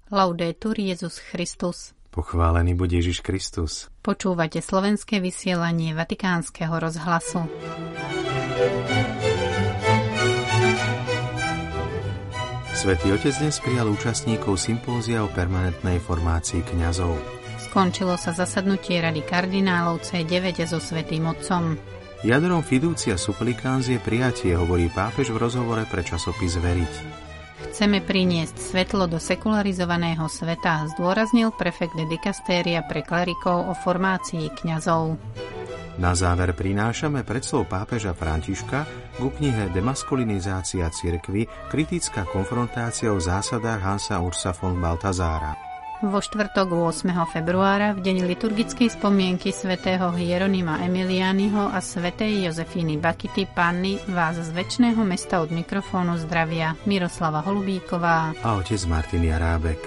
Laudetur Jesus Christus. Pochválený buď Ježiš Kristus. Počúvate slovenské vysielanie Vatikánskeho rozhlasu. Svätý Otec dnes prijal účastníkov sympózia o permanentnej formácii kňazov. Skončilo sa zasadnutie Rady kardinálov C9 so Svätým Otcom. Jadrom fiducia supplicans je prijatie, hovorí pápež v rozhovore pre časopis Veriť. Chceme priniesť svetlo do sekularizovaného sveta, zdôraznil prefekt dikastéria pre klerikov o formácii kňazov. Na záver prinášame predslov pápeža Františka ku knihe Demaskulinizácia cirkvi, kritická konfrontácia o zásadách Hansa Ursa von Baltazara. Vo štvrtok 8. februára, v deň liturgickej spomienky svätého Hieronima Emilianiho a svätej Jozefíny Bakity Panny, vás z večného mesta od mikrofónu zdravia Miroslava Holubíková a otec Martin Jarábek.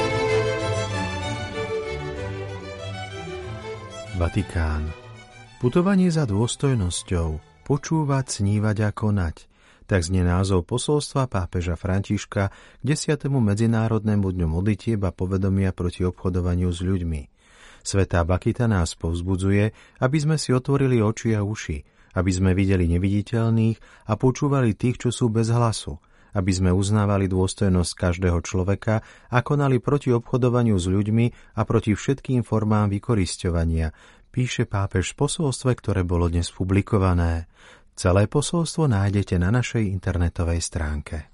Vatikán. Putovanie za dôstojnosťou, počúvať, snívať a konať. Tak znie názov posolstva pápeža Františka k 10. medzinárodnému dňu modlitieb a povedomia proti obchodovaniu s ľuďmi. Svätá Bakita nás povzbudzuje, aby sme si otvorili oči a uši, aby sme videli neviditeľných a počúvali tých, čo sú bez hlasu, aby sme uznávali dôstojnosť každého človeka a konali proti obchodovaniu s ľuďmi a proti všetkým formám vykorisťovania, píše pápež v posolstve, ktoré bolo dnes publikované. Celé posolstvo nájdete na našej internetovej stránke.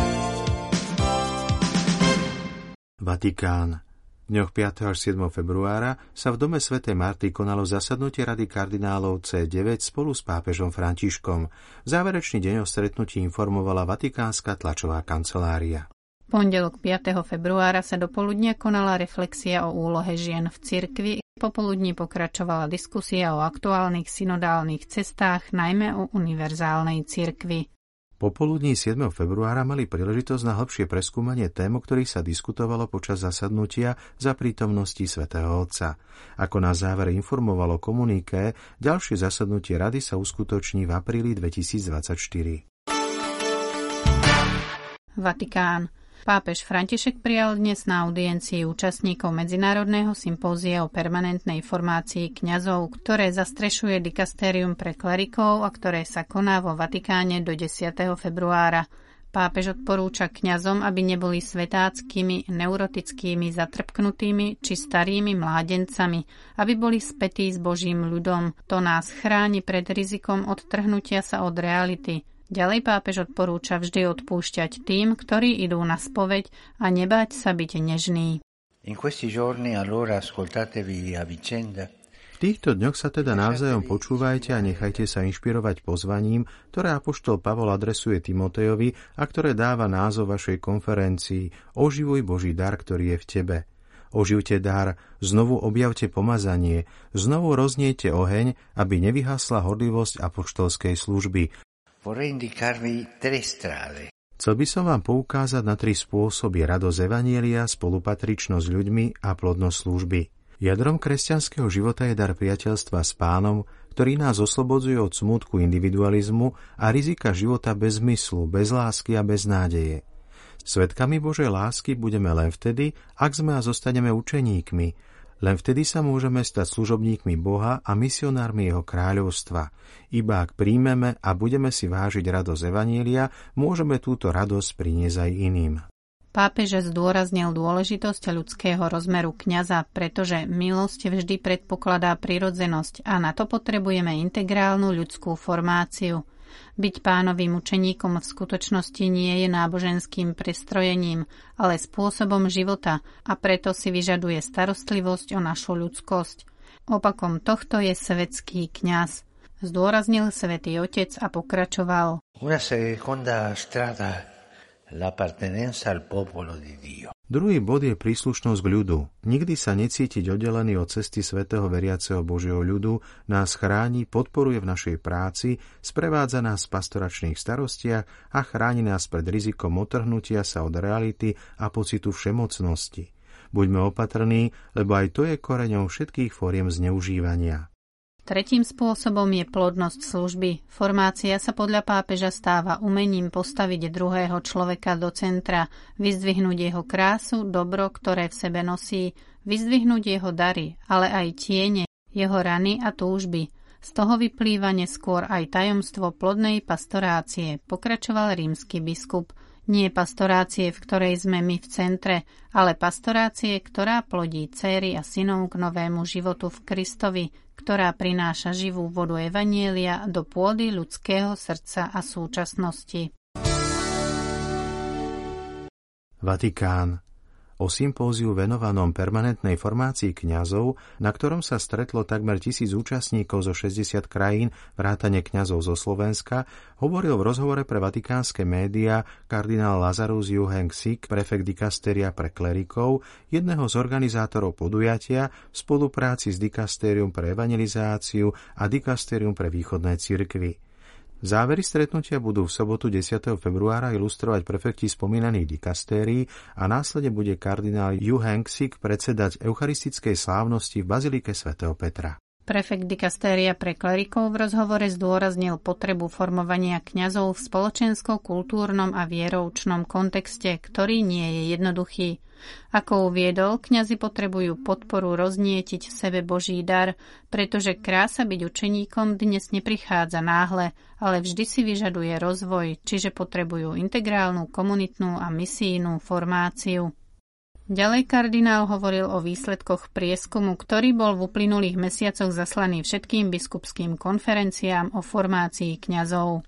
Vatikán. V dňoch 5. až 7. februára sa v dome svätej Marty konalo zasadnutie Rady kardinálov C9 spolu s pápežom Františkom. Záverečný deň o stretnutí informovala vatikánska tlačová kancelária. Pondelok 5. februára sa dopoludnia konala reflexia o úlohe žien v cirkvi. Popoludní pokračovala diskusia o aktuálnych synodálnych cestách, najmä o univerzálnej cirkvi. Popoludní 7. februára mali príležitosť na hlbšie preskúmanie tém, o ktorých sa diskutovalo počas zasadnutia za prítomnosti svätého Otca. Ako na záver informovalo komuniké, ďalšie zasadnutie rady sa uskutoční v apríli 2024. Vatikán. Pápež František prijal dnes na audiencii účastníkov medzinárodného sympózia o permanentnej formácii kňazov, ktoré zastrešuje dikastérium pre klerikov a ktoré sa koná vo Vatikáne do 10. februára. Pápež odporúča kňazom, aby neboli svetáckými, neurotickými, zatrpknutými či starými mládencami, aby boli spätí s Božím ľudom. To nás chráni pred rizikom odtrhnutia sa od reality. Ďalej pápež odporúča vždy odpúšťať tým, ktorí idú na spoveď a nebáť sa byť nežný. V týchto dňoch sa teda navzájom počúvajte a nechajte sa inšpirovať pozvaním, ktoré apoštol Pavol adresuje Timotejovi a ktoré dáva názov vašej konferencii Oživuj Boží dar, ktorý je v tebe. Oživte dar, znovu objavte pomazanie, znovu rozniejte oheň, aby nevyhasla horlivosť apoštolskej služby. Chcel by som vám poukázať na 3 spôsoby: radosť evanjelia, spolupatričnosť s ľuďmi a plodnosť služby. Jadrom kresťanského života je dar priateľstva s Pánom, ktorý nás oslobodzuje od smútku individualizmu a rizika života bez zmyslu, bez lásky a bez nádeje. Svedkami Božej lásky budeme len vtedy, ak sme a zostaneme učeníkmi. Len vtedy sa môžeme stať služobníkmi Boha a misionármi Jeho kráľovstva. Iba ak príjmeme a budeme si vážiť radosť evanjelia, môžeme túto radosť priniesť aj iným. Pápež zdôraznil dôležitosť ľudského rozmeru kňaza, pretože milosť vždy predpokladá prirodzenosť a na to potrebujeme integrálnu ľudskú formáciu. Byť Pánovým učeníkom v skutočnosti nie je náboženským prestrojením, ale spôsobom života a preto si vyžaduje starostlivosť o našu ľudskosť. Opakom tohto je svetský kňaz. Zdôraznil Svätý Otec a pokračoval. Druhý bod je príslušnosť k ľudu. Nikdy sa necítiť oddelený od cesty svätého veriaceho Božieho ľudu, nás chráni, podporuje v našej práci, sprevádza nás v pastoračných starostiach a chráni nás pred rizikom otrhnutia sa od reality a pocitu všemocnosti. Buďme opatrní, lebo aj to je koreňou všetkých fóriem zneužívania. Tretím spôsobom je plodnosť služby. Formácia sa podľa pápeža stáva umením postaviť druhého človeka do centra, vyzdvihnúť jeho krásu, dobro, ktoré v sebe nosí, vyzdvihnúť jeho dary, ale aj tiene, jeho rany a túžby. Z toho vyplýva neskôr aj tajomstvo plodnej pastorácie, pokračoval rímsky biskup. Nie pastorácie, v ktorej sme my v centre, ale pastorácie, ktorá plodí dcéry a synov k novému životu v Kristovi, ktorá prináša živú vodu evanjelia do pôdy ľudského srdca a súčasnosti. Vatikán. O sympóziu venovanom permanentnej formácii kňazov, na ktorom sa stretlo takmer 1000 účastníkov zo 60 krajín vrátane kňazov zo Slovenska, hovoril v rozhovore pre vatikánske médiá kardinál Lazarus Yu-Heng Sik, prefekt dikasteria pre klerikov, jedného z organizátorov podujatia v spolupráci s dikastérium pre evangelizáciu a dikastérium pre východné cirkvy. Závery stretnutia budú v sobotu 10. februára ilustrovať prefekti spomínaných dikastérií a následne bude kardinál Yu-Heng Sik predsedať eucharistickej slávnosti v bazilike svätého Petra. Prefekt dikastéria pre klerikov v rozhovore zdôraznil potrebu formovania kňazov v spoločensko-kultúrnom a vieroučnom kontexte, ktorý nie je jednoduchý. Ako uviedol, kňazi potrebujú podporu roznietiť v sebe Boží dar, pretože krása byť učeníkom dnes neprichádza náhle, ale vždy si vyžaduje rozvoj, čiže potrebujú integrálnu, komunitnú a misijnú formáciu. Ďalej kardinál hovoril o výsledkoch prieskumu, ktorý bol v uplynulých mesiacoch zaslaný všetkým biskupským konferenciám o formácii kňazov.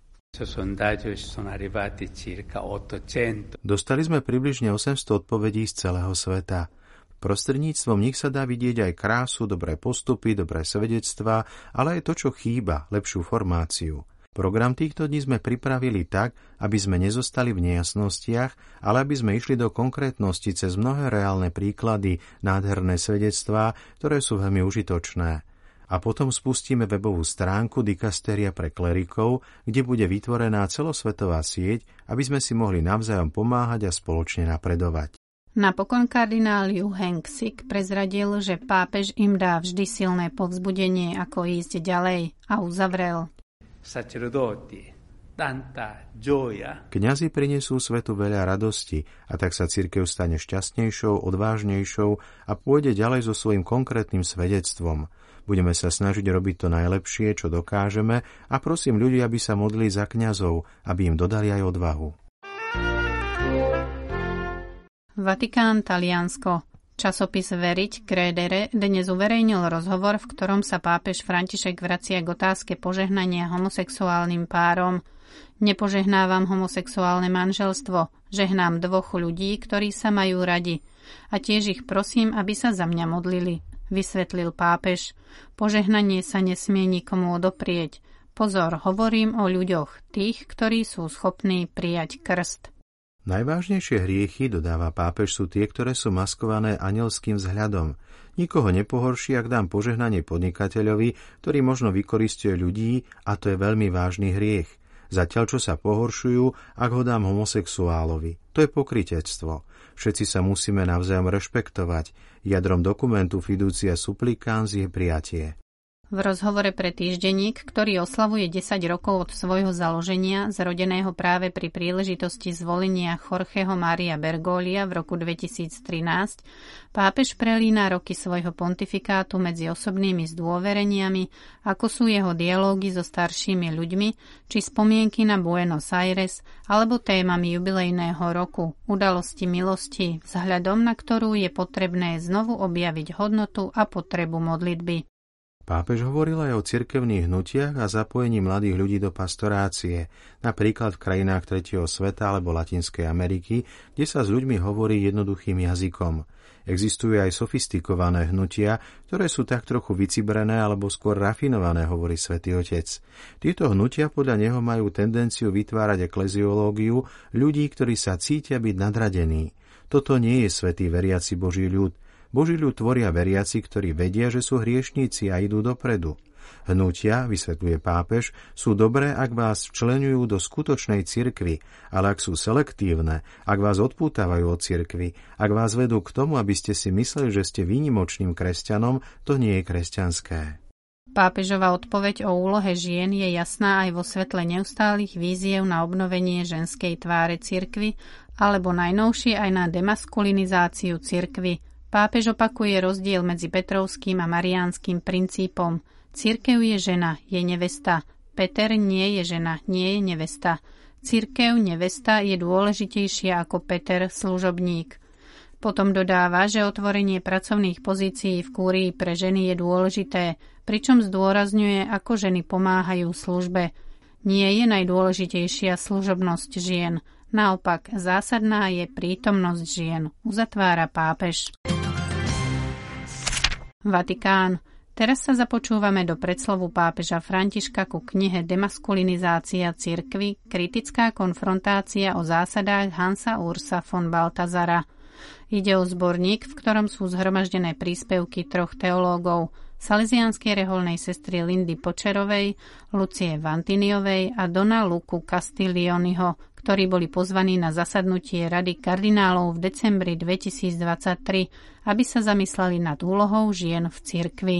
Dostali sme približne 800 odpovedí z celého sveta. Prostredníctvom nich sa dá vidieť aj krásu, dobré postupy, dobré svedectvá, ale aj to, čo chýba, lepšiu formáciu. Program týchto dní sme pripravili tak, aby sme nezostali v nejasnostiach, ale aby sme išli do konkrétnosti cez mnohé reálne príklady, nádherné svedectvá, ktoré sú veľmi užitočné. A potom spustíme webovú stránku dikasteria pre klerikov, kde bude vytvorená celosvetová sieť, aby sme si mohli navzájom pomáhať a spoločne napredovať. Napokon kardinál Yu-Heng Sik prezradil, že pápež im dá vždy silné povzbudenie, ako ísť ďalej, a uzavrel. Kňazi prinesú svetu veľa radosti a tak sa cirkev stane šťastnejšou, odvážnejšou a pôjde ďalej so svojím konkrétnym svedectvom. Budeme sa snažiť robiť to najlepšie, čo dokážeme a prosím ľudí, aby sa modlili za kňazov, aby im dodali aj odvahu. Vatikán, Taliansko. Časopis Veriť Credere dnes uverejnil rozhovor, v ktorom sa pápež František vracia k otázke požehnania homosexuálnym párom. Nepožehnávam homosexuálne manželstvo, žehnám dvoch ľudí, ktorí sa majú radi. A tiež ich prosím, aby sa za mňa modlili, vysvetlil pápež. Požehnanie sa nesmie nikomu odoprieť. Pozor, hovorím o ľuďoch, tých, ktorí sú schopní prijať krst. Najvážnejšie hriechy, dodáva pápež, sú tie, ktoré sú maskované anjelským vzhľadom. Nikoho nepohorší, ak dám požehnanie podnikateľovi, ktorý možno vykoristuje ľudí, a to je veľmi vážny hriech. Zatiaľ, čo sa pohoršujú, ak ho dám homosexuálovi. To je pokrytectvo. Všetci sa musíme navzájom rešpektovať. Jadrom dokumentu Fiducia Supplicans je prijatie. V rozhovore pre týždenník, ktorý oslavuje 10 rokov od svojho založenia, zrodeného práve pri príležitosti zvolenia Jorgeho Maria Bergoglia v roku 2013, pápež prelína roky svojho pontifikátu medzi osobnými zdôvereniami, ako sú jeho dialógy so staršími ľuďmi, či spomienky na Buenos Aires, alebo témami jubilejného roku, udalosti milosti, vzhľadom na ktorú je potrebné znovu objaviť hodnotu a potrebu modlitby. Pápež hovoril aj o cirkevných hnutiach a zapojení mladých ľudí do pastorácie, napríklad v krajinách tretieho sveta alebo Latinskej Ameriky, kde sa s ľuďmi hovorí jednoduchým jazykom. Existujú aj sofistikované hnutia, ktoré sú tak trochu vycibrené alebo skôr rafinované, hovorí Svätý Otec. Tieto hnutia podľa neho majú tendenciu vytvárať ekleziológiu ľudí, ktorí sa cítia byť nadradení. Toto nie je svätý veriaci Boží ľud. Boží ľud tvoria veriaci, ktorí vedia, že sú hriešníci a idú dopredu. Hnutia, vysvetľuje pápež, sú dobré, ak vás včleňujú do skutočnej cirkvi, ale ak sú selektívne, ak vás odpútavajú od cirkvi, ak vás vedú k tomu, aby ste si mysleli, že ste výnimočným kresťanom, to nie je kresťanské. Pápežova odpoveď o úlohe žien je jasná aj vo svetle neustálych víziev na obnovenie ženskej tváre cirkvi alebo najnovšie aj na demaskulinizáciu cirkvi. Pápež opakuje rozdiel medzi petrovským a mariánskym princípom. Cirkev je žena, je nevesta. Peter nie je žena, nie je nevesta. Cirkev, nevesta je dôležitejšia ako Peter, služobník. Potom dodáva, že otvorenie pracovných pozícií v kúrii pre ženy je dôležité, pričom zdôrazňuje, ako ženy pomáhajú službe. Nie je najdôležitejšia služobnosť žien. Naopak, zásadná je prítomnosť žien, uzatvára pápež. Vatikán. Teraz sa započúvame do predslovu pápeža Františka ku knihe Demaskulinizácia cirkvi, kritická konfrontácia o zásadách Hansa Ursa von Balthasara. Ide o zborník, v ktorom sú zhromaždené príspevky troch teológov, salesianskej reholnej sestry Lindy Počerovej, Lucie Vantiniovej a Dona Luku Castiglioniho, ktorí boli pozvaní na zasadnutie Rady kardinálov v decembri 2023, aby sa zamysleli nad úlohou žien v cirkvi.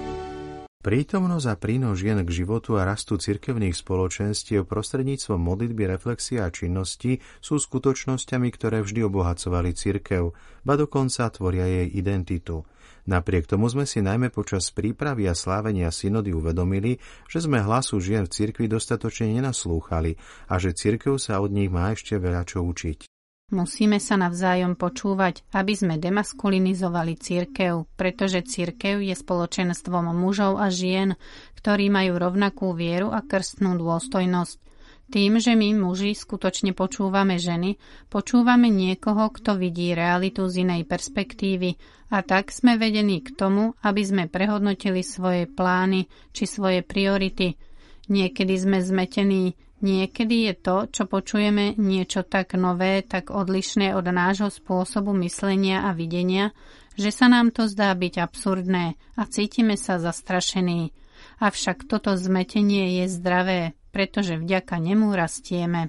Prítomnosť a prínos žien k životu a rastu cirkevných spoločenstiev prostredníctvom modlitby, reflexie a činnosti sú skutočnosťami, ktoré vždy obohacovali cirkev, ba dokonca tvoria jej identitu. Napriek tomu sme si najmä počas prípravy a slávenia synody uvedomili, že sme hlasu žien v cirkvi dostatočne nenaslúchali a že cirkev sa od nich má ešte veľa čo učiť. Musíme sa navzájom počúvať, aby sme demaskulinizovali cirkev, pretože cirkev je spoločenstvom mužov a žien, ktorí majú rovnakú vieru a krstnú dôstojnosť. Tým, že my muži skutočne počúvame ženy, počúvame niekoho, kto vidí realitu z inej perspektívy a tak sme vedení k tomu, aby sme prehodnotili svoje plány či svoje priority. Niekedy sme zmetení, niekedy je to, čo počujeme, niečo tak nové, tak odlišné od nášho spôsobu myslenia a videnia, že sa nám to zdá byť absurdné a cítime sa zastrašení. Avšak toto zmetenie je zdravé, pretože vďaka nemu rastieme.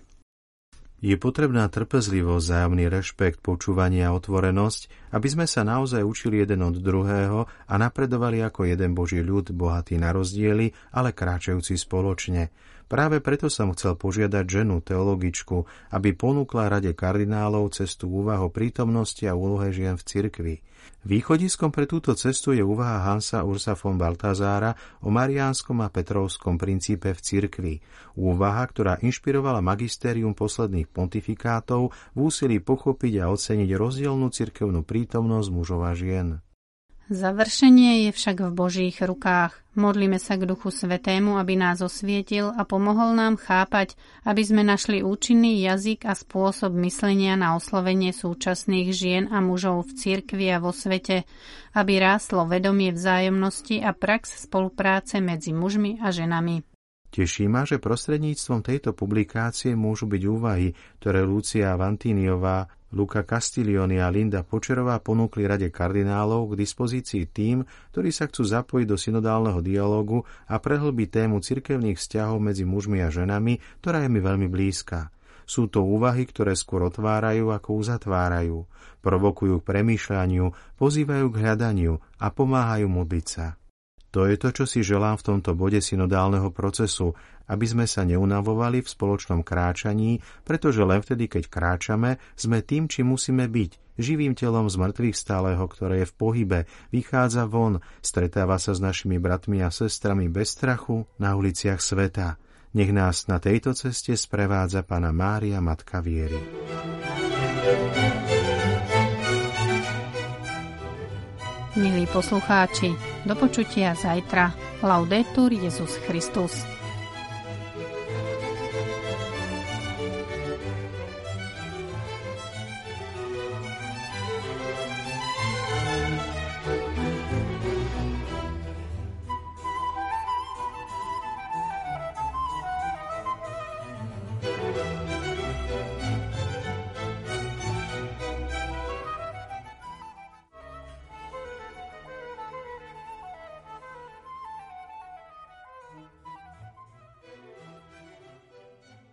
Je potrebná trpezlivosť, vzájomný rešpekt, počúvanie a otvorenosť, aby sme sa naozaj učili jeden od druhého a napredovali ako jeden Boží ľud, bohatý na rozdiely, ale kráčajúci spoločne. Práve preto som chcel požiadať ženu, teologičku, aby ponúkla Rade kardinálov cestu úvah o prítomnosti a úlohe žien v cirkvi. Východiskom pre túto cestu je úvaha Hansa Ursa von Balthasara o mariánskom a petrovskom princípe v cirkvi. Úvaha, ktorá inšpirovala magistérium posledných pontifikátov v úsilí pochopiť a oceniť rozdielnú cirkevnú prítomnosť mužov a žien. Završenie je však v Božích rukách. Modlíme sa k Duchu Svätému, aby nás osvietil a pomohol nám chápať, aby sme našli účinný jazyk a spôsob myslenia na oslovenie súčasných žien a mužov v cirkvi a vo svete, aby rástlo vedomie vzájomnosti a prax spolupráce medzi mužmi a ženami. Teší ma, že prostredníctvom tejto publikácie môžu byť úvahy, ktoré Lucia Vantiniová, Luca Castiglioni a Linda Počerová ponúkli Rade kardinálov k dispozícii tým, ktorí sa chcú zapojiť do synodálneho dialógu a prehlbiť tému cirkevných vzťahov medzi mužmi a ženami, ktorá je mi veľmi blízka. Sú to úvahy, ktoré skôr otvárajú ako uzatvárajú, provokujú k premýšľaniu, pozývajú k hľadaniu a pomáhajú modliť sa. To je to, čo si želám v tomto bode synodálneho procesu, aby sme sa neunavovali v spoločnom kráčaní, pretože len vtedy, keď kráčame, sme tým, čím musíme byť, živým telom z mŕtvych stáleho, ktoré je v pohybe, vychádza von, stretáva sa s našimi bratmi a sestrami bez strachu na uliciach sveta. Nech nás na tejto ceste sprevádza Panna Mária, Matka viery. Milí poslucháči, do počutia zajtra. Laudetur Jesus Christus.